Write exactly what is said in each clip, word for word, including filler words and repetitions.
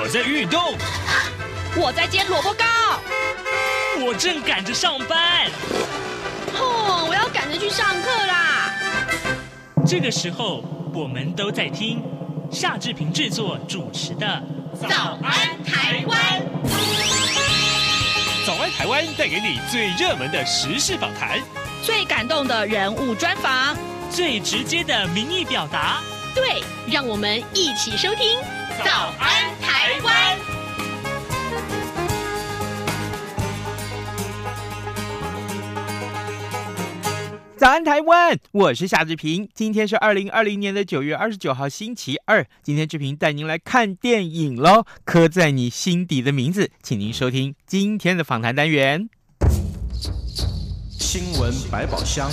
我在运动， 我在煎萝卜糕， 我正赶着上班。 哦，我要赶着去上课啦。 这个时候，我们都在听夏志平制作主持的《 早安台湾》。 早安台湾带给你最热门的时事访谈， 最感动的人物专访， 最直接的民意表达。 对，让我们一起收听《早安台湾》。 早安台湾，我是夏志平。今天是二零二零年的九月二十九号，星期二。今天志平带您来看电影咯，刻在你心底的名字，请您收听今天的访谈单元。 新闻百宝箱。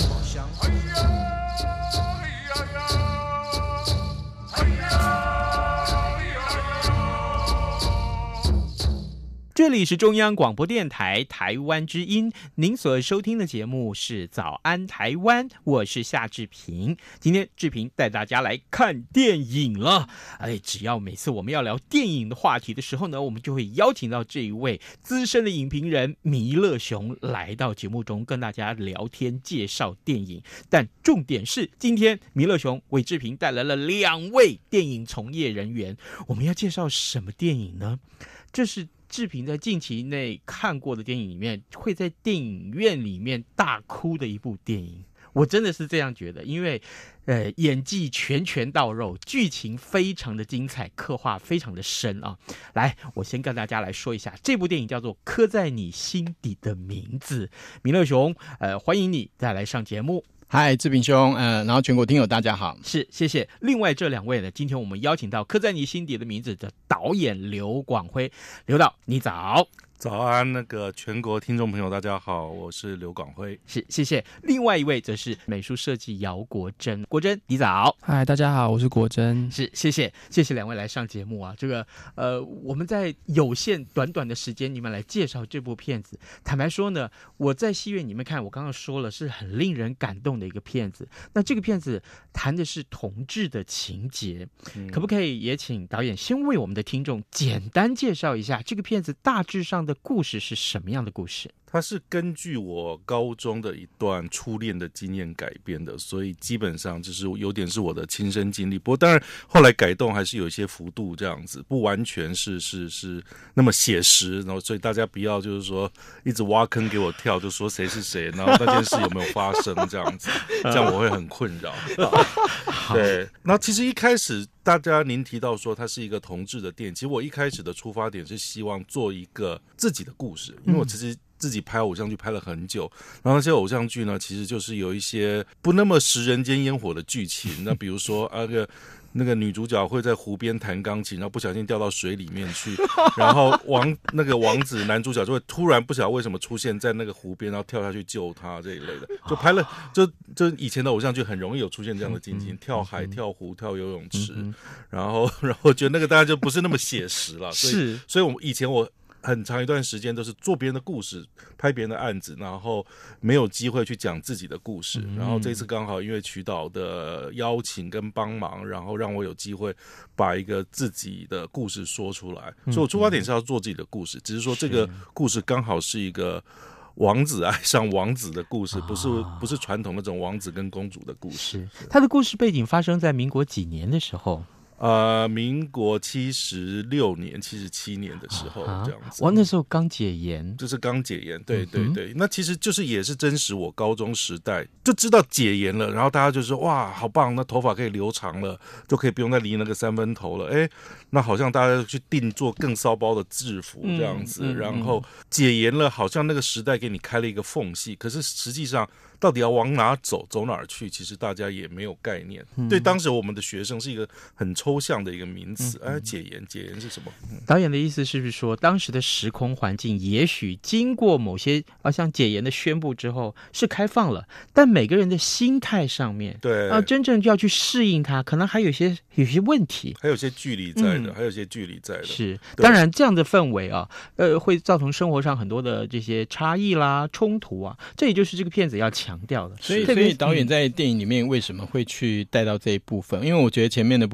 这里是中央广播电台台湾之音，您所收听的节目是早安台湾，我是夏志平。今天志平带大家来看电影了。哎，只要每次我们要聊电影的话题的时候呢，我们就会邀请到这一位资深的影评人弥勒熊来到节目中跟大家聊天介绍电影。但重点是，今天弥勒熊为志平带来了两位电影从业人员。我们要介绍什么电影呢？这是志平在近期内看过的电影里面，会在电影院里面大哭的一部电影。我真的是这样觉得，因为呃，演技拳拳到肉，剧情非常的精彩，刻画非常的深啊。来，我先跟大家来说一下，这部电影叫做《刻在你心底的名字》。弥勒熊，呃，欢迎你再来上节目。 嗨，志平兄，呃，然后全国听友大家好， 是，谢谢。另外这两位呢，今天我们邀请到《刻在你心底的名字》的导演刘广辉，刘导，你早。 早安，那个全国听众朋友大家好，我是刘广辉。 是，谢谢。另外一位则是美术设计姚国珍，国珍你早。 嗨，大家好，我是国珍。 是，谢谢，谢谢两位来上节目啊。这个呃，我们在有限短短的时间，你们来介绍这部片子。坦白说呢，我在戏院里面看，我刚刚说了，是很令人感动的一个片子。那这个片子谈的是同志的情节，嗯、可不可以也请导演先为我们的听众简单介绍一下这个片子大致上的故事是什么样的故事？ 它是根据我高中的一段初恋的经验改编的，所以基本上就是有点是我的亲身经历。不过当然后来改动还是有一些幅度这样子，不完全是是是那么写实。然后所以大家不要就是说一直挖坑给我跳，就说谁是谁，然后那件事有没有发生这样子，这样我会很困扰。对，那其实一开始大家您提到说它是一个同志的电影，其实我一开始的出发点是希望做一个自己的故事，因为我其实自己拍偶像剧拍了很久，然后那些偶像剧呢，其实就是有一些不那么食人间烟火的剧情。那比如说啊，那个那个女主角会在湖边弹钢琴，然后不小心掉到水里面去，然后王那个王子男主角就会突然不晓得为什么出现在那个湖边，然后跳下去救他这一类的，就拍了就就以前的偶像剧很容易有出现这样的情景，跳海、跳湖、跳游泳池，然后然后我觉得那个大家就不是那么写实了，所以是， 所以我以前我。很长一段时间都是做别人的故事，拍别人的案子，然后没有机会去讲自己的故事。嗯、然后这次刚好因为曲导的邀请跟帮忙，然后让我有机会把一个自己的故事说出来。嗯、所以我出发点是要做自己的故事，只是说这个故事刚好是一个王子爱上王子的故事，不是不是传统那种王子跟公主的故事。 是，他的故事背景发生在民国几年的时候？ 呃，民国七十六年、七十七年的时候，这样子。 我、啊、那时候刚解严， 就是刚解严，对对对。嗯、那其实就是也是真实，我高中时代就知道解严了，然后大家就说哇，好棒，那头发可以留长了，就可以不用再理那个三分头了。哎，那好像大家去定做更骚包的制服这样子，嗯嗯、然后解严了，好像那个时代给你开了一个缝隙，可是实际上。到底要往哪走，走哪儿去？其实大家也没有概念。嗯、对当时我们的学生是一个很抽象的一个名词。嗯、哎，解严，解严是什么？嗯、 导演的意思是不是说，当时的时空环境也许经过某些啊，像解严的宣布之后是开放了，但每个人的心态上面， 对啊，真正要去适应它，可能还有一些有些问题， 还有些距离在的，嗯、还有些距离在的。 是，当然这样的氛围啊，呃，会造成生活上很多的这些差异啦、冲突啊，这也就是这个片子要强调的。 所以，所以导演在电影里面为什么会去带到这一部分？因为我觉得前面的部分其实还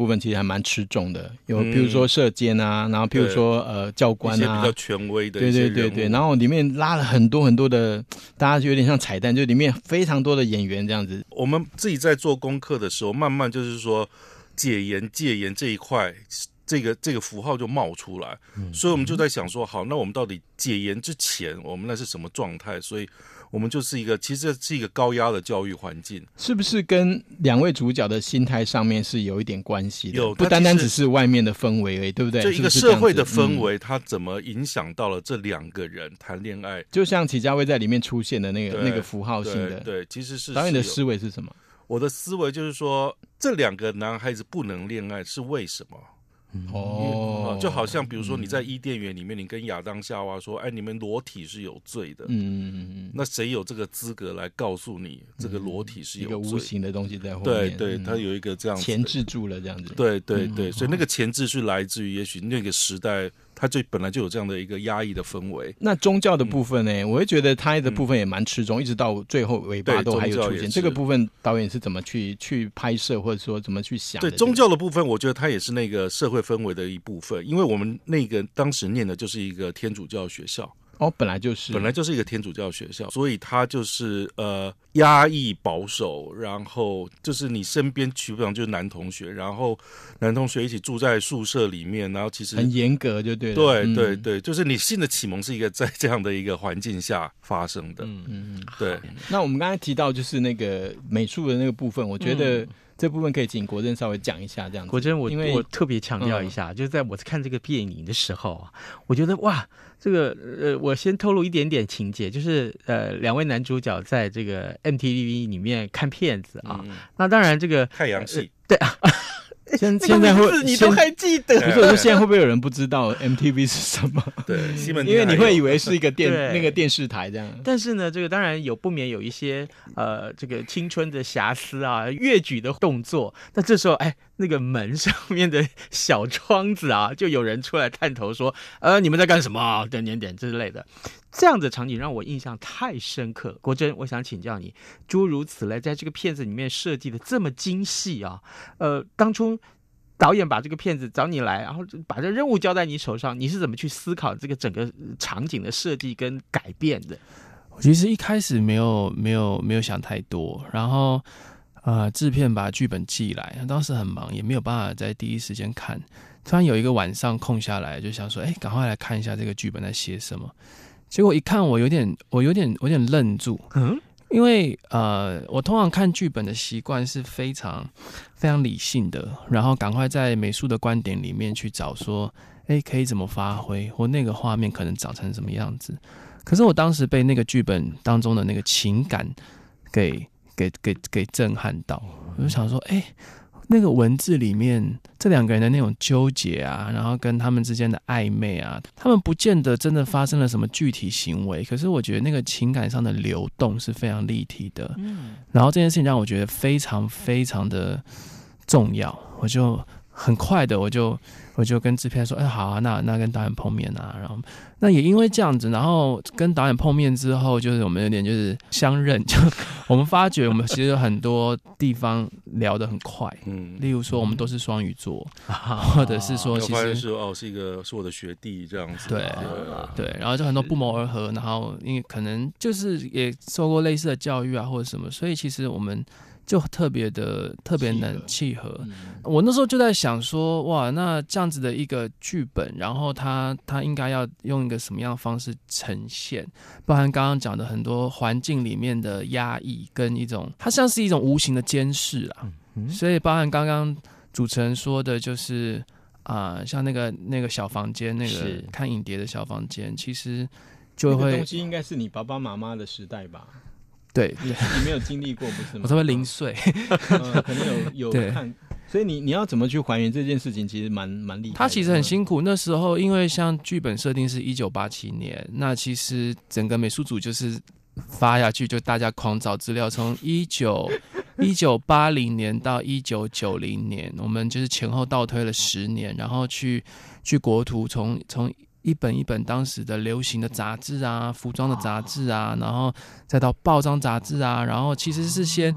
蛮吃重的，有比如说射监啊，然后比如说呃教官啊， 一些比较权威的一对些人物， 对对对，然后里面拉了很多很多的，大家就有点像彩蛋，就里面非常多的演员这样子。 我们自己在做功课的时候，慢慢就是说解严戒严这一块。这个这个符号就冒出来，嗯、所以我们就在想说，好，那我们到底解严之前，我们那是什么状态？所以我们就是一个，其实是一个高压的教育环境， 是不是跟两位主角的心态上面是有一点关系的？ 有， 不单单只是外面的氛围而已，对不对？ 就一个社会的氛围，嗯、它怎么影响到了这两个人谈恋爱？ 就像祁家威在里面出现的那个那个符号性的， 对，对其实是导演的思维是什么？ 我的思维就是说，这两个男孩子不能恋爱是为什么？ 哦， 就好像比如说你在伊甸园里面，你跟亚当夏娃说，哎，你们裸体是有罪的，嗯，那谁有这个资格来告诉你这个裸体是有罪？ 一个无形的东西在后面， 对对，它有一个这样子钳制住了这样子， 对对对，所以那个钳制是来自于也许那个时代。它就本来就有这样的一个压抑的氛围。 那宗教的部分呢？嗯、我会觉得它的部分也蛮吃重，嗯、一直到最后尾巴都还有出现。这个部分导演是怎么去去拍摄，或者说怎么去想的？ 对宗教的部分，我觉得它也是那个社会氛围的一部分，因为我们那个当时念的就是一个天主教学校。 哦，本来就是本来就是一个天主教学校，所以它就是呃压抑保守，然后就是你身边基本上就是男同学，然后男同学一起住在宿舍里面，然后其实很严格就对了。 对对对，嗯、就是你性的启蒙是一个在这样的一个环境下发生的。嗯嗯， 对。 那我们刚才提到就是那个美术的那个部分，我觉得、嗯。这部分可以请国珍稍微讲一下，这样子。 国珍，我因为我特别强调一下，嗯、就是在我看这个电影的时候啊，我觉得哇，这个呃，我先透露一点点情节，就是呃，两位男主角在这个 M T V 里面看片子啊，嗯、那当然这个太阳系、 呃、对啊。 现现在会你都还记得？ 不是，我说现在会不会有人不知道 M T V 是什么？ 对，西门因为你会以为是一个电那个电视台这样。 但是呢，这个当然有不免有一些呃，这个青春的瑕疵啊，越举的动作。那这时候，哎，那个门上面的小窗子啊，就有人出来探头说：“呃，你们在干什么？点点点之类的。”这样的场景让我印象太深刻。国珍，我想请教你，诸如此类，在这个片子里面设计的这么精细啊，呃，当初导演把这个片子找你来，然后把这任务交在你手上，你是怎么去思考这个整个场景的设计跟改变的？ 我其实一开始没有没有没有想太多，然后呃，制片把剧本寄来，当时很忙，也没有办法在第一时间看。突然有一个晚上空下来，就想说，哎，赶快来看一下这个剧本在写什么。结果一看，我有点，我有点，我有点愣住。嗯，因为呃，我通常看剧本的习惯是非常非常理性的，然后赶快在美术的观点里面去找说，哎，可以怎么发挥，或那个画面可能长成什么样子。可是我当时被那个剧本当中的那个情感给给给给震撼到，我就想说，哎。那个文字里面这两个人的那种纠结啊，然后跟他们之间的暧昧啊，他们不见得真的发生了什么具体行为，可是我觉得那个情感上的流动是非常立体的。嗯，然后这件事情让我觉得非常非常的重要，我就很快的我就我就跟制片说，哎，好啊，那那跟导演碰面啊，然后那也因为这样子，然后跟导演碰面之后，就是我们有点就是相认，就我们发觉我们其实有很多地方聊得很快，嗯，例如说我们都是双鱼座，嗯、或者是说其实是哦是一个是我的学弟这样子， 对对，然后就很多不谋而合，然后因为可能就是也受过类似的教育啊或者什么，所以其实我们。就特别的特别能契合、嗯、我那时候就在想说，哇，那这样子的一个剧本，然后他他应该要用一个什么样的方式呈现，包含刚刚讲的很多环境里面的压抑跟一种，它像是一种无形的监视啦、嗯嗯、所以包含刚刚主持人说的就是啊、呃，像那个那个小房间，那个看影碟的小房间，其实就会、 那个、东西应该是你爸爸妈妈的时代吧。 对， 你没有经历过不是吗？ 我都会零碎、 呃，可能有有看，所以你你要怎么去还原这件事情，其实蛮蛮厉害的。 他其实很辛苦，那时候因为像剧本设定是一九八七年，那其实整个美术组就是发下去，就大家狂找资料，从一九一九八零年到一九九零年，我们就是前后倒推了十年，然后去去国图从从。一本一本当时的流行的杂志啊，服装的杂志啊，然后再到报章杂志啊，然后其实是先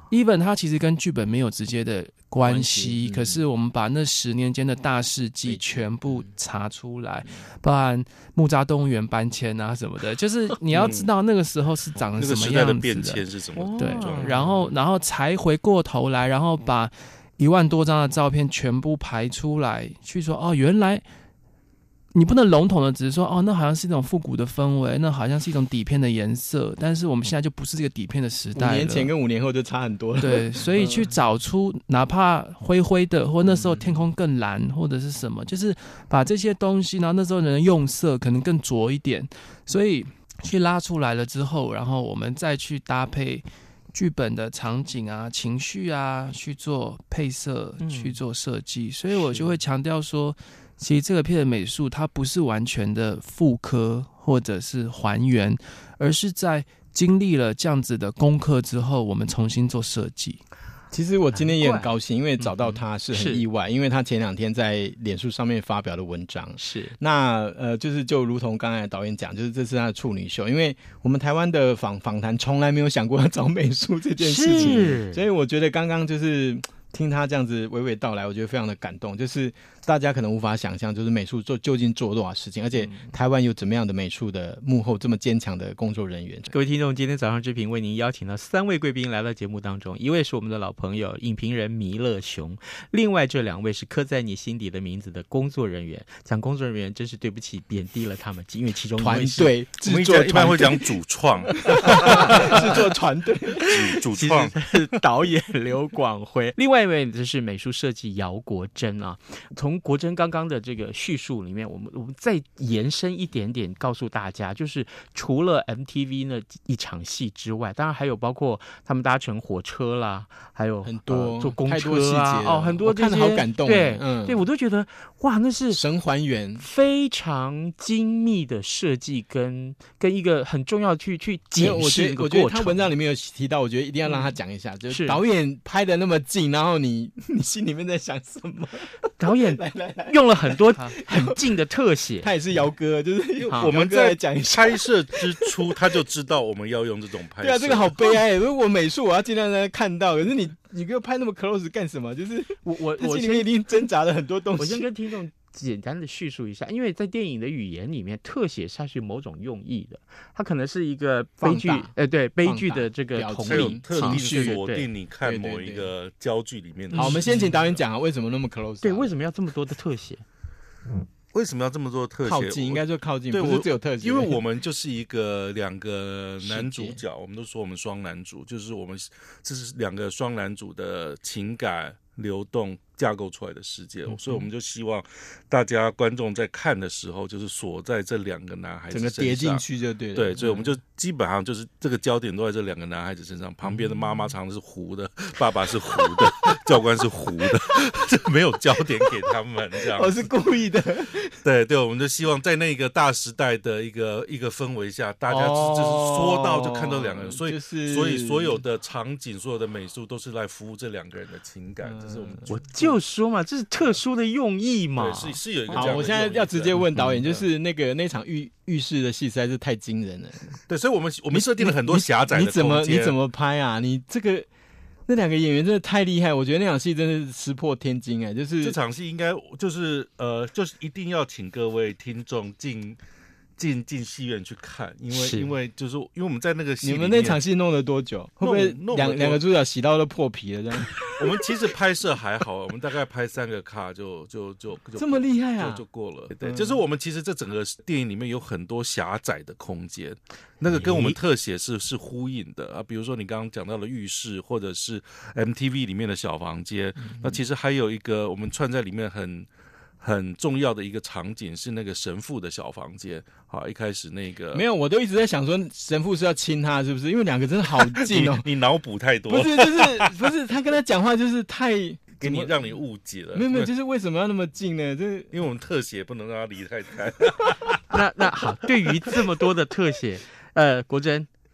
even 它其实跟剧本没有直接的关系， 嗯、 可是我们把那十年间的大事记全部查出来，包含木栅动物园搬迁啊什么的，就是你要知道那个时候是长得什么样子的， 那个时代的变迁是什么？ 对，然后然后才回过头来，然后把一万多张的照片全部排出来，去说哦，原来。你不能笼统的只是说哦，那好像是一种复古的氛围，那好像是一种底片的颜色，但是我们现在就不是这个底片的时代了。 五年前跟五年后就差很多了。 对，所以去找出哪怕灰灰的，或那时候天空更蓝，或者是什么，就是把这些东西，然后那时候人的用色可能更浊一点，所以去拉出来了之后，然后我们再去搭配剧本的场景啊、情绪啊，去做配色、嗯、去做设计，所以我就会强调说。其实这个片的美术它不是完全的复刻或者是还原，而是在经历了这样子的功课之后，我们重新做设计。 其实我今天也很高兴，因为找到他是很意外，嗯、因为他前两天在脸书上面发表的文章是那呃，就是就如同刚才导演讲，就是这是他的处女秀，因为我们台湾的访访谈从来没有想过要找美术这件事情，所以我觉得刚刚就是听他这样子娓娓道来，我觉得非常的感动，就是大家可能无法想象，就是美术做究竟做多少事情，而且台湾有怎么样的美术的幕后这么坚强的工作人员。 各位听众，今天早上之平为您邀请到三位贵宾来到节目当中，一位是我们的老朋友影评人弥勒熊，另外这两位是刻在你心底的名字的工作人员。讲工作人员真是对不起，贬低了他们，因为其中团队制作一般会讲主创制作团队主创是导演刘广辉，另外一位就是美术设计姚国珍啊。从国珍刚刚的这个叙述里面，我们我们再延伸一点点，告诉大家，就是除了 M T V 那一场戏之外，当然还有包括他们搭乘火车啦，还有很多、呃、 坐公车啊， 太多细节哦，很多这些， 我看得好感动， 对， 嗯， 对我都觉得哇，那是神还原， 非常精密的设计跟跟一个很重要去去检视一个过程。 我觉得他文章里面有提到，我觉得一定要让他讲一下，嗯、就是导演拍的那么近，然后你你心里面在想什么？ 导演来来来用了很多很近的特写， 他也是姚哥，就是我们在拍摄之初他就知道我们要用这种拍摄。 对啊，这个好悲哀。如果我美术我要尽量让他看到，可是你你给我拍那么 close 干什么？就是我我我心里面一定挣扎了很多东西。 我先跟听众简单的叙述一下，因为在电影的语言里面，特写它是有某种用意的，它可能是一个悲剧，呃，对，悲剧的这个统领特定锁定你看某一个焦距里面的。 好，我们先请导演讲啊，为什么那么 close？、啊、 对，为什么要这么多的特写？ 嗯，为什么要这么多特写？ 靠近，应该说靠近， 对， 不是只有特写。 因为我们就是一个两个男主角，我们都说我们双男主，就是我们这是两个双男主的情感流动架构出来的世界，嗯、所以我们就希望大家观众在看的时候，就是锁在这两个男孩子身上， 整个叠进去就对了。 对，所以我们就基本上就是这个焦点都在这两个男孩子身上，旁边的妈妈常常是糊的，爸爸是糊的，教官是糊的，就没有焦点给他们这样。 我是故意的。 对对，我们就希望在那个大时代的一个一个氛围下，大家就是说到就看到两个人，所以、 就是、 所以所有的场景、所有的美术都是来服务这两个人的情感，嗯、这是我们我就说嘛，这是特殊的用意嘛。 对，是是有一个这样的好，我现在要直接问导演， 嗯、 就是那个那场浴浴室的戏实在是太惊人了。 对，所以我们我们设定了很多狭窄的空间。 你怎么你怎么拍啊？你这个。那两个演员真的太厉害，我觉得那场戏真的是石破天惊哎！就是这场戏应该就是呃，就是一定要请各位听众进进进戏院去看，因为因为就是因为我们在那个戏里面， 你们那场戏弄了多久？会不会两两个主角洗到都破皮了这样？ 我们其实拍摄还好，我们大概拍三个卡就就就就这么厉害啊， 就就过了。对，嗯、就是我们其实这整个电影里面有很多狭窄的空间。那个跟我们特写是是呼应的啊，比如说你刚刚讲到的浴室，或者是 M T V 里面的小房间，嗯、那其实还有一个我们串在里面很很重要的一个场景是那个神父的小房间。好，一开始那个没有，我都一直在想说神父是要亲他是不是？因为两个真的好近哦。 你, 你脑补太多， 不是就是不是他跟他讲话就是太。 给你让你误解了， 没有没有，就是为什么要那么近呢？就是因为我们特写不能让他离太开。 那那好，对于这么多的特写，呃，国珍，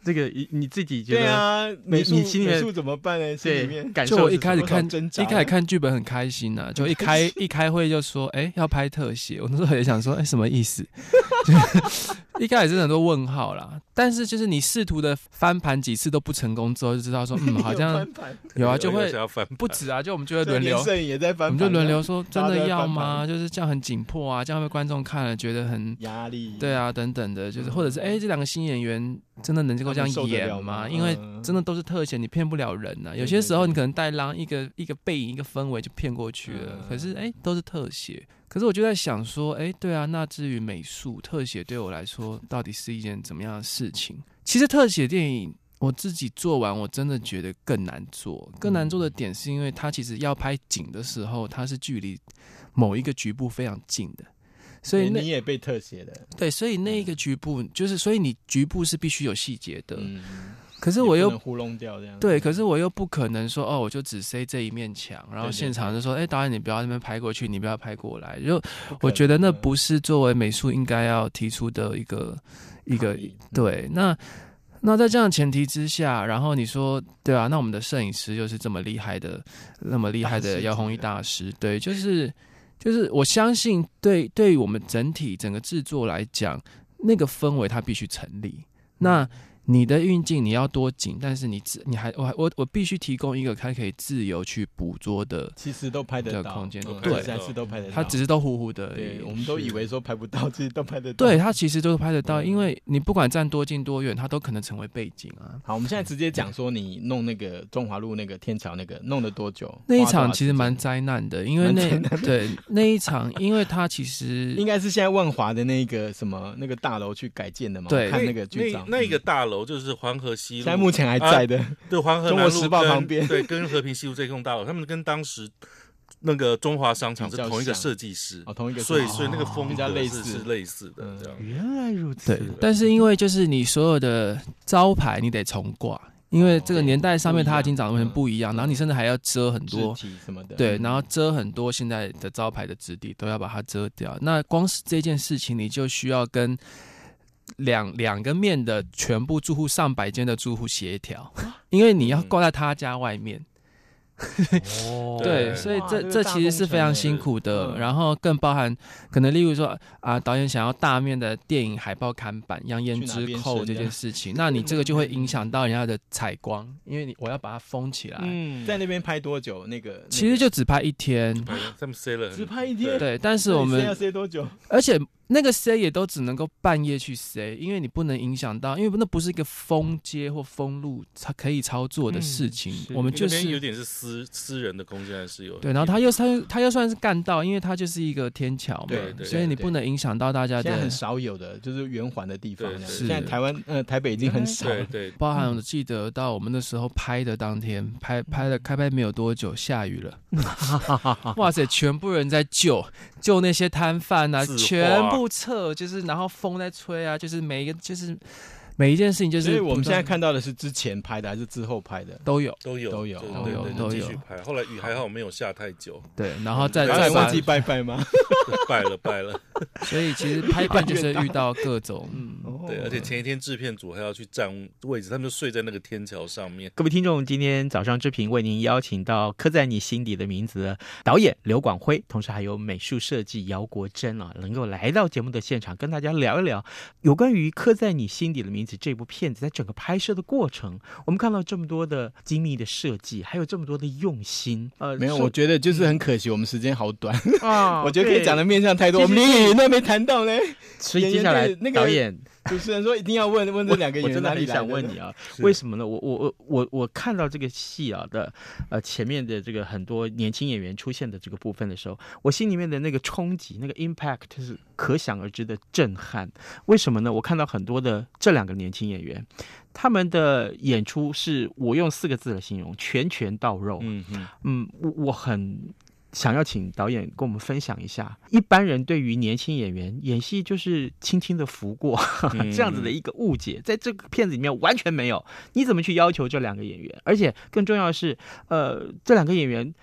这个你自己觉得？ 对啊，美术你心里面美术怎么办呢？心里面感受是什么？ 就我一开始看， 挣扎一开始看剧本很开心呐、啊，就一开一开会就说，哎、欸，要拍特写，我那时候也想说，哎、欸，什么意思？一开始真的很多问号啦，但是就是你试图的翻盘几次都不成功之后，就知道说，嗯，好像有啊，就会不止啊，就我们就会轮流， 摄影也在翻盘， 我们就轮流说，真的要吗？就是这样很紧迫啊，这样被观众看了觉得很压力， 对啊，等等的，就是或者是哎、欸，这两个新演员真的能够这样演吗？因为真的都是特写，你骗不了人呐、啊。有些时候你可能带浪一个一个背影一个氛围就骗过去了，可是哎、欸，都是特写。可是我就在想说，哎、欸，对啊，那至于美术特写对我来说，到底是一件怎么样的事情？其实特写电影我自己做完，我真的觉得更难做。更难做的点是因为它其实要拍景的时候，它是距离某一个局部非常近的。所以你也被特写的， 对，所以那一个局部就是，所以你局部是必须有细节的。 嗯， 可是我又糊弄掉这样。 对，可是我又不可能说哦，我就只塞这一面墙，然后现场就说，哎、欸，导演你不要那边拍过去，你不要拍过来。就我觉得那不是作为美术应该要提出的一个一个对。那那在这样的前提之下，然后你说对啊，那我们的摄影师又是这么厉害的，那么厉害的姚宏毅大师，对，就是。就是我相信对，对于我们整体整个制作来讲，那个氛围它必须成立。那你的运镜你要多紧，但是你你还我我我必须提供一个它可以自由去捕捉的， 其实都拍得到空间， 嗯、 对， 还是都拍得到。 它只是都糊糊的而已。 对，我们都以为说拍不到，其实都拍得到。 对，它其实都拍得到，因为你不管站多近多远，它都可能成为背景啊。 好，我们现在直接讲说你弄那个中华路那个天桥那个弄了多久？ 那一场其实蛮灾难的，因为那对那一场，因为它其实应该是现在万华的那个什么那个大楼去改建的嘛。 对， 看那个剧照， 那个大楼就是黄河西路， 现在目前还在的。 啊、对，黄河中国时报旁边， 对，跟和平西路这栋大楼，他们跟当时那个中华商场是同一个设计师， 哦，同一个， 所以所以那个风格类似是类似的，这样。 原来如此。 对，但是因为就是你所有的招牌你得重挂。因为这个年代上面它已经长得很不一样，然后你甚至还要遮很多什么的， 对，然后遮很多现在的招牌的质地都要把它遮掉。那光是这件事情，你就需要跟两两个面的全部住户上百间的住户协调，因为你要挂在他家外面。 哦， 对，所以这这其实是非常辛苦的， 嗯、 然后更包含可能例如说啊，导演想要大面的电影海报看板扬言之扣这件事情，那你这个就会影响到人家的采光，因为你我要把它封起来。 嗯，在那边拍多久？那个、那个、 其实就只拍一天， 他们塞了， 只拍一天。 对，但是我们要塞多久？ 而且。那个塞也都只能够半夜去塞，因为你不能影响到，因为那不是一个封街或封路才可以操作的事情。嗯、我们就是有点是私私人的空间，还是有对，然后他又他他又算是干道，因为它就是一个天桥嘛， 对对， 所以你不能影响到大家的。 现在很少有的，就是圆环的地方。 对对现在台湾呃台北已经很少了。 对对， 包含我记得到我们那时候拍的当天，拍拍了开拍没有多久，下雨了，哇塞，全部人在救救那些摊贩啊，全部撤，就是。然后风在吹啊，就是每一个就是每一件事情，就是。所以我们现在看到的是之前拍的还是之后拍的？ 都有， 都有， 都有， 都有，都有继续拍。后来雨还好没有下太久。 对，然后再再忘记拜拜吗？ 拜了，拜了。 所以其实拍片就是遇到各种，嗯， 对，而且前一天制片组还要去占位置，他们就睡在那个天桥上面。 各位听众，今天早上之平为您邀请到刻在你心底的名字的导演刘广辉，同时还有美术设计姚国珍啊，能够来到节目的现场，跟大家聊一聊有关于刻在你心底的名字这部片子在整个拍摄的过程，我们看到这么多的精密的设计，还有这么多的用心。呃， 没有，我觉得就是很可惜，我们时间好短啊， 我觉得可以讲的面向太多，我们连演员都没谈到呢。 所以接下来那个导演。 主持人说一定要问问这两个演员哪里来的。 我真的很想问你啊，为什么呢？我我我我我看到这个戏啊的呃前面的这个很多年轻演员出现的这个部分的时候，我心里面的那个冲击、那个 impact 是可想而知的震撼。为什么呢？我看到很多的这两个年轻演员，他们的演出是我用四个字来形容：拳拳到肉。嗯嗯嗯，我我很。想要请导演跟我们分享一下，一般人对于年轻演员演戏就是轻轻的拂过这样子的一个误解，在这个片子里面完全没有。你怎么去要求这两个演员？而且更重要的是，呃，这两个演员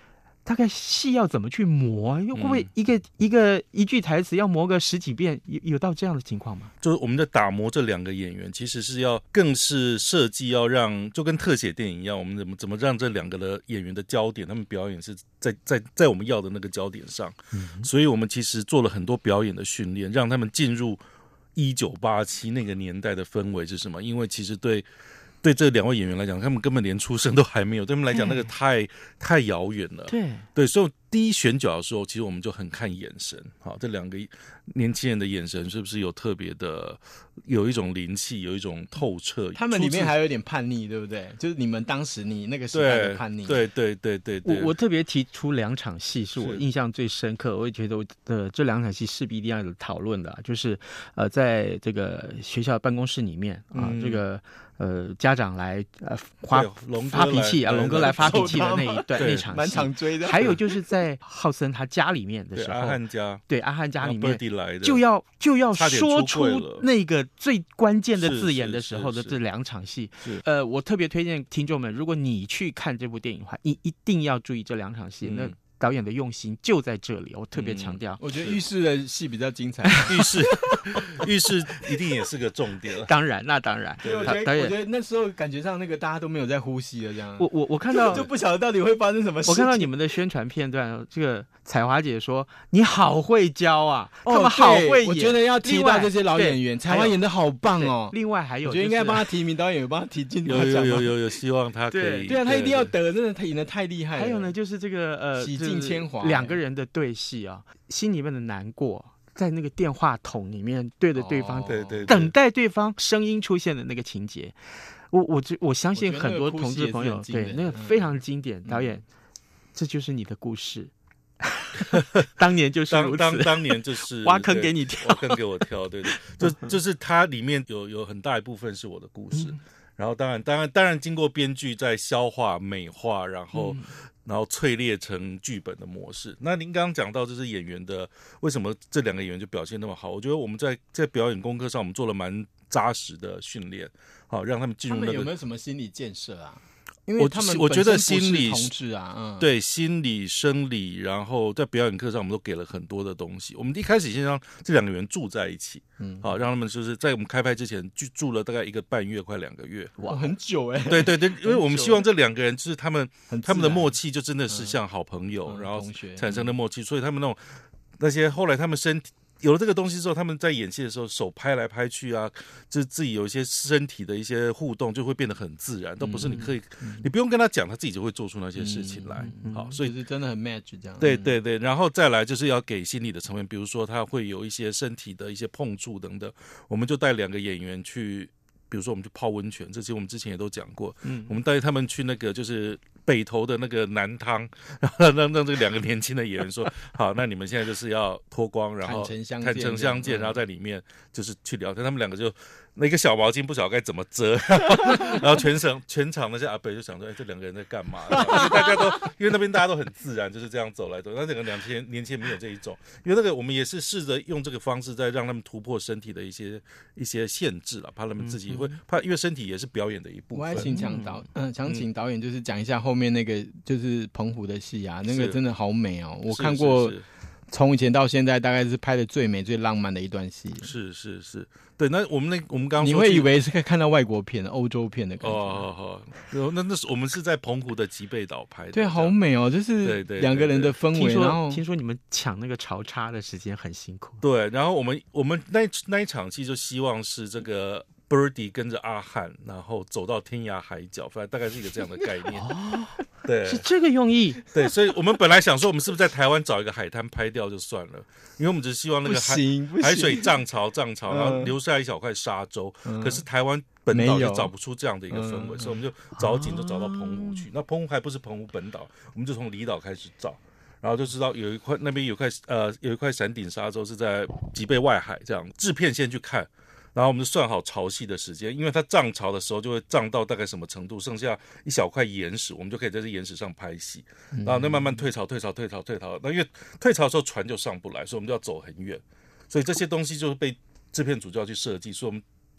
大概戏要怎么去磨？会不会一个、嗯、一个一句台词要磨个十几遍？有有到这样的情况吗？ 就是我们在打磨这两个演员，其实是要更是设计要让，就跟特写电影一样，我们怎么怎么让这两个的演员的焦点，他们表演是在在在我们要的那个焦点上。嗯，所以我们其实做了很多表演的训练，让他们进入一九八七那个年代的氛围是什么？因为其实对。对这两位演员来讲，他们根本连出生都还没有，对他们来讲那个太太遥远了。 对对，所以第一选角的时候，其实我们就很看眼神。好，这两个年轻人的眼神是不是有特别的，有一种灵气，有一种透彻？ 他们里面还有点叛逆，对不对？就是你们当时你那个时代的叛逆。 对对对对 对, 对。 我我特别提出两场戏是我印象最深刻，我也觉得我的这两场戏势必一定要有讨论的、啊，就是呃，在这个学校办公室里面啊，嗯、这个。呃，家长来呃发发脾气啊，龙哥来发脾气的那一段那场戏， 蛮常追的。 还有就是在浩森他家里面的时候， 阿汉家， 对阿汉家里面来的就要就要说出那个最关键的字眼的时候的这两场戏。呃，我特别推荐听众们，如果你去看这部电影的话，你一定要注意这两场戏。嗯、那导演的用心就在这里，我特别强调、嗯。 我觉得浴室的戏比较精彩， 浴室浴室一定也是个重点。 当然，那当然。 对，我觉得我觉得那时候感觉上那个大家都没有在呼吸了，这样。 我我我看到就不晓得到底会发生什么事。 我看到你们的宣传片段，这个彩华姐说你好会教啊，哦、他们好会演。 我觉得要提到这些老演员，彩华演的好棒哦。 另外还有、就是， 我觉得应该帮他提名导演，有帮他提进。 有有有有有，希望他可以。 对啊，他一定要得，真的他演的太厉害了。 还有呢，就是这个呃， 洗尽铅华， 两个人的对戏啊，心里面的难过，在那个电话筒里面对着对方， 哦、对对， 等待对方声音出现的那个情节，我我我相信很多同志朋友对那个非常经典。嗯、导演，这就是你的故事。当年就是如此， 当 当, 当年就是挖坑给你跳， 挖坑给我跳，对对，就就是它里面有有很大一部分是我的故事，嗯、然后当然当然当然经过编剧在消化美化，然后。嗯然后淬炼成剧本的模式。那您刚刚讲到，就是演员的为什么这两个演员就表现那么好？我觉得我们在在表演功课上，我们做了蛮扎实的训练，好让他们进入那个。 他们有没有什么心理建设啊？因为他们我觉得心理同志啊，嗯， 对心理生理，然后在表演课上我们都给了很多的东西。我们一开始先让这两个人住在一起，嗯，好让他们就是在我们开拍之前就住了大概一个半月，快两个月， 哇，很久哎、欸。 对对对，因为我们希望这两个人就是他们他们的默契就真的是像好朋友，嗯、然后产生的默契，所以他们那种那些后来他们身体。有了这个东西之后，他们在演戏的时候手拍来拍去啊，就是自己有一些身体的一些互动，就会变得很自然，都不是你可以，嗯、你不用跟他讲，他自己就会做出那些事情来。嗯、好，所以就是真的很 match 这样。 对对对，然后再来就是要给心理的成分，比如说他会有一些身体的一些碰触等等，我们就带两个演员去，比如说我们去泡温泉，这些我们之前也都讲过，嗯，我们带他们去那个就是北投的那个男汤，然后让让这两个年轻的演员说，好，那你们现在就是要脱光，然后坦诚相见，然后在里面就是去聊天。他们两个就那个小毛巾不晓得该怎么遮，然后全场全场那些阿伯就想说，哎，这两个人在干嘛？大家都因为那边大家都很自然，就是这样走来走。那整个两千年前没有这一种，因为那个我们也是试着用这个方式在让他们突破身体的一些一些限制了，怕他们自己会怕，因为身体也是表演的一部分。 我还请讲导，嗯，想请导演就是讲一下后面那个就是澎湖的戏啊，那个真的好美哦，我看过。从以前到现在，大概是拍的最美、最浪漫的一段戏。 是是是，对。那我们那我们刚刚你会以为是可以看到外国片、欧洲片的感觉。 哦哦，那那是我们是在澎湖的吉贝岛拍的。 对，好美哦，就是两个人的氛围。然后听说你们抢那个潮差的时间很辛苦。 对，然后我们我们那那一场戏就希望是这个。Birdy 跟着阿汉，然后走到天涯海角，反正大概是一个这样的概念。 哦， 对， 是这个用意。 对，所以我们本来想说，我们是不是在台湾找一个海滩拍掉就算了，因为我们只是希望那个海海水涨潮涨潮，然后留下一小块沙洲。嗯、可是台湾本岛就找不出这样的一个氛围，嗯、所以我们就找景就找到澎湖去。哦、那澎湖还不是澎湖本岛，我们就从离岛开始找。然后就知道有一块那边有块呃有一块闪顶沙洲是在吉贝外海，这样制片先去看。然后我们就算好潮汐的时间，因为它涨潮的时候就会涨到大概什么程度，剩下一小块岩石，我们就可以在这岩石上拍戏。然后那慢慢退潮、退潮、退潮、退潮。那因为退潮的时候船就上不来，所以我们就要走很远。所以这些东西就是被制片组就要去设计，所以我们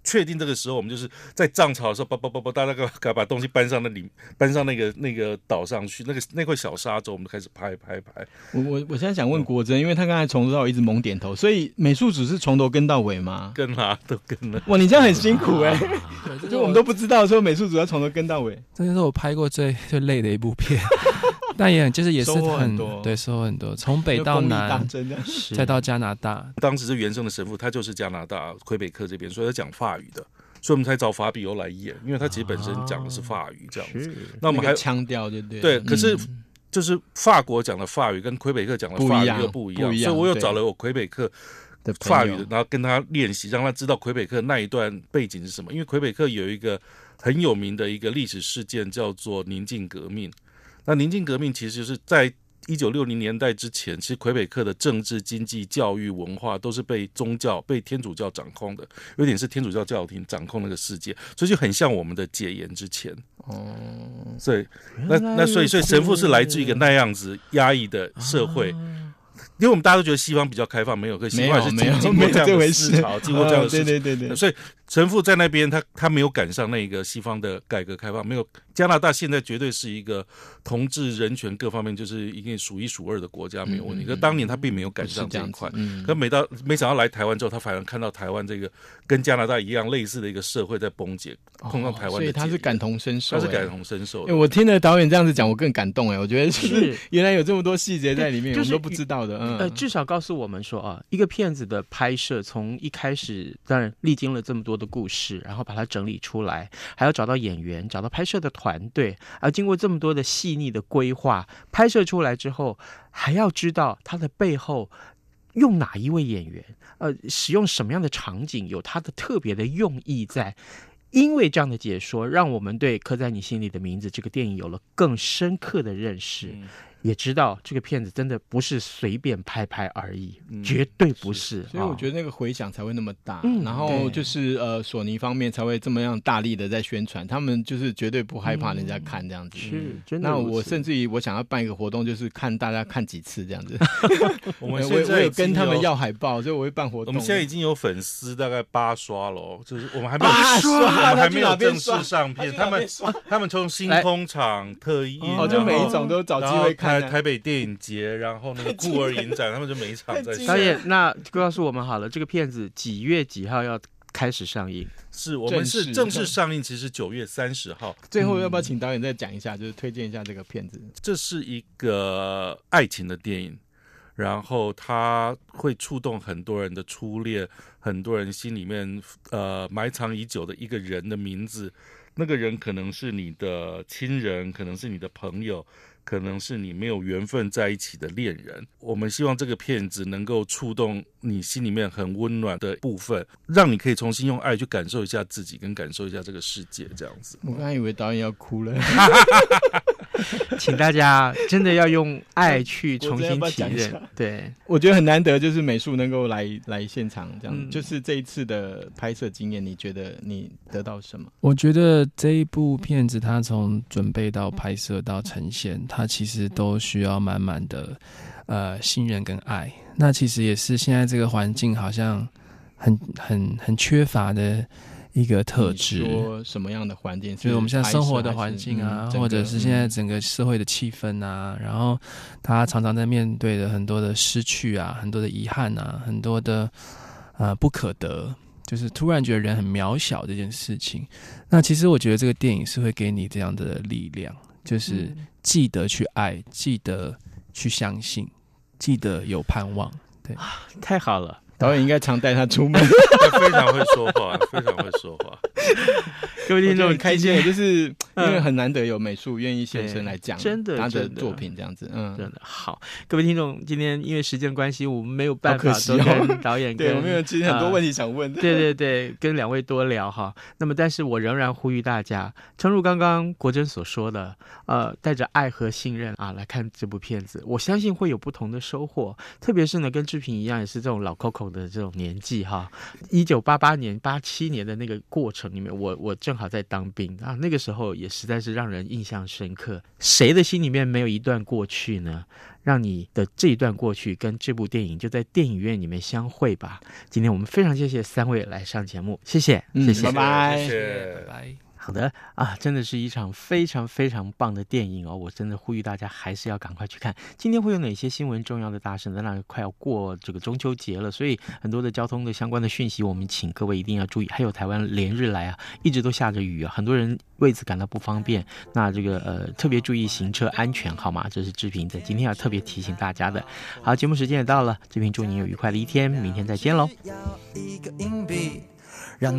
确定这个时候，我们就是在涨潮的时候，叭叭叭叭，大家赶把东西搬上那里，搬上那个那个岛上去，那个那块小沙洲，我们开始拍拍拍。 我我我现在想问国珍，因为他刚才从头到尾一直猛点头，所以美术组是从头跟到尾吗？ 跟啦，都跟了。 哇，你这样很辛苦哎、欸， 啊、 就我们都不知道说美术组要从头跟到尾。 这就是我拍过最最累的一部片，但也就是也是很, 很多对，收获很多，从北到南，再到加拿大。 当时是原生的神父，他就是加拿大魁北克这边，所以他讲法语的。所以我们才找法比欧来演，因为他其实本身讲的是法语这样子。 啊、 那我们还有腔调，对对对，可是就是法国讲的法语跟魁北克讲的法语又不一样，所以我又找了我魁北克的法语的，然后跟他练习，让他知道魁北克那一段背景是什么。因为魁北克有一个很有名的一个历史事件叫做宁静革命。那宁静革命其实就是在一九六零年代之前，其实魁北克的政治、经济、教育、文化都是被宗教、被天主教掌控的，有点是天主教教廷掌控那个世界，所以就很像我们的解严之前。哦，所以那那所以所以神父是来自一个那样子压抑的社会。啊，因为我们大家都觉得西方比较开放，没有，可西方也是经经过这样的思潮，经过这样的事情， 对对对对。 所以神父在那边，他他没有赶上那个西方的改革开放，没有。加拿大现在绝对是一个同志、人权各方面就是一定数一数二的国家，没有问题。嗯嗯、可当年他并没有赶上这一块，嗯、可没到没想到来台湾之后，他反而看到台湾这个跟加拿大一样类似的一个社会在崩解，碰到台湾的、哦， 所以他是感同身受， 他是感同身受的。 欸、我听了导演这样子讲，我更感动哎，我觉得就是原来有这么多细节在里面， 就是、 我们都不知道的。嗯、 呃，至少告诉我们说啊，一个片子的拍摄从一开始，当然历经了这么多的故事，然后把它整理出来，还要找到演员，找到拍摄的团队。而经过这么多的细腻的规划，拍摄出来之后，还要知道它的背后用哪一位演员，呃，使用什么样的场景，有它的特别的用意在。因为这样的解说，让我们对《刻在你心里的名字》这个电影有了更深刻的认识。嗯，也知道这个片子真的不是随便拍拍而已，嗯、绝对不是。 所以我觉得那个回响才会那么大，嗯、然后就是呃，索尼方面才会这么样大力的在宣传，他们就是绝对不害怕人家看这样子。 是、嗯，真的。 那我甚至于我想要办一个活动，就是看大家看几次这样子。 我们现在我有跟他们要海报，所以我会办活动。 我们现在已经有粉丝大概八刷了，就是我们还没有八刷， 我们还没有正式上片。他们他们从新工厂特意， 哦，就每一种都找机会看。 台北电影节，然后那个孤儿影展，他们就每一场在上。 导演，那告诉我们好了，这个片子几月几号要开始上映？ 是我们是正式上映，其实九月三十号。 最后要不要请导演再讲一下，就是推荐一下这个片子？ 这是一个爱情的电影，然后它会触动很多人的初恋，很多人心里面呃埋藏已久的一个人的名字。那个人可能是你的亲人，可能是你的朋友，可能是你没有缘分在一起的恋人。我们希望这个片子能够触动你心里面很温暖的部分，让你可以重新用爱去感受一下自己，跟感受一下这个世界，这样子。 我刚才以为导演要哭了。 请大家真的要用爱去重新体认。对， 我觉得很难得，就是美术能够来来现场这样、嗯、就是这一次的拍摄经验，你觉得你得到什么？ 我觉得这一部片子它从准备到拍摄到呈现，它其实都需要满满的呃信任跟爱。那其实也是现在这个环境好像很很很缺乏的一个特质。 说什么样的环境？ 就是我们现在生活的环境啊、嗯，或者是现在整个社会的气氛啊，嗯、然后他常常在面对的很多的失去啊，很多的遗憾啊，很多的呃不可得，就是突然觉得人很渺小这件事情。那其实我觉得这个电影是会给你这样的力量，就是记得去爱，记得去相信，记得有盼望。对， 太好了。 导演应该常带他出门。 非常会说话，非常会说话。 各位听众很开心，就是因为很难得有美术愿意现身来讲真的他的作品这样子。嗯， 真的好。各位听众，今天因为时间关系，我们没有办法都跟导演跟、 哦、对，我们有其实很多问题想问、呃。 对对对，跟两位多聊哈。那么，但是我仍然呼吁大家，诚如刚刚国珍所说的，呃，带着爱和信任啊来看这部片子，我相信会有不同的收获。特别是呢，跟志平一样，也是这种老 Coco 的这种年纪哈。一九八八年、八七年的那个过程里面，我我正好在当兵啊，那个时候也实在是让人印象深刻。谁的心里面没有一段过去呢？让你的这一段过去跟这部电影就在电影院里面相会吧。今天我们非常谢谢三位来上节目，谢谢， 嗯、 谢谢， 拜拜， 谢谢， 拜拜。 好的啊，真的是一场非常非常棒的电影哦！我真的呼吁大家还是要赶快去看。今天会有哪些新闻重要的大事？当然快要过这个中秋节了，所以很多的交通的相关的讯息，我们请各位一定要注意。还有台湾连日来啊，一直都下着雨啊，很多人为此感到不方便。那这个呃，特别注意行车安全，好吗？这是志平在今天要特别提醒大家的。好，节目时间也到了，志平祝您有愉快的一天，明天再见喽。 一个硬币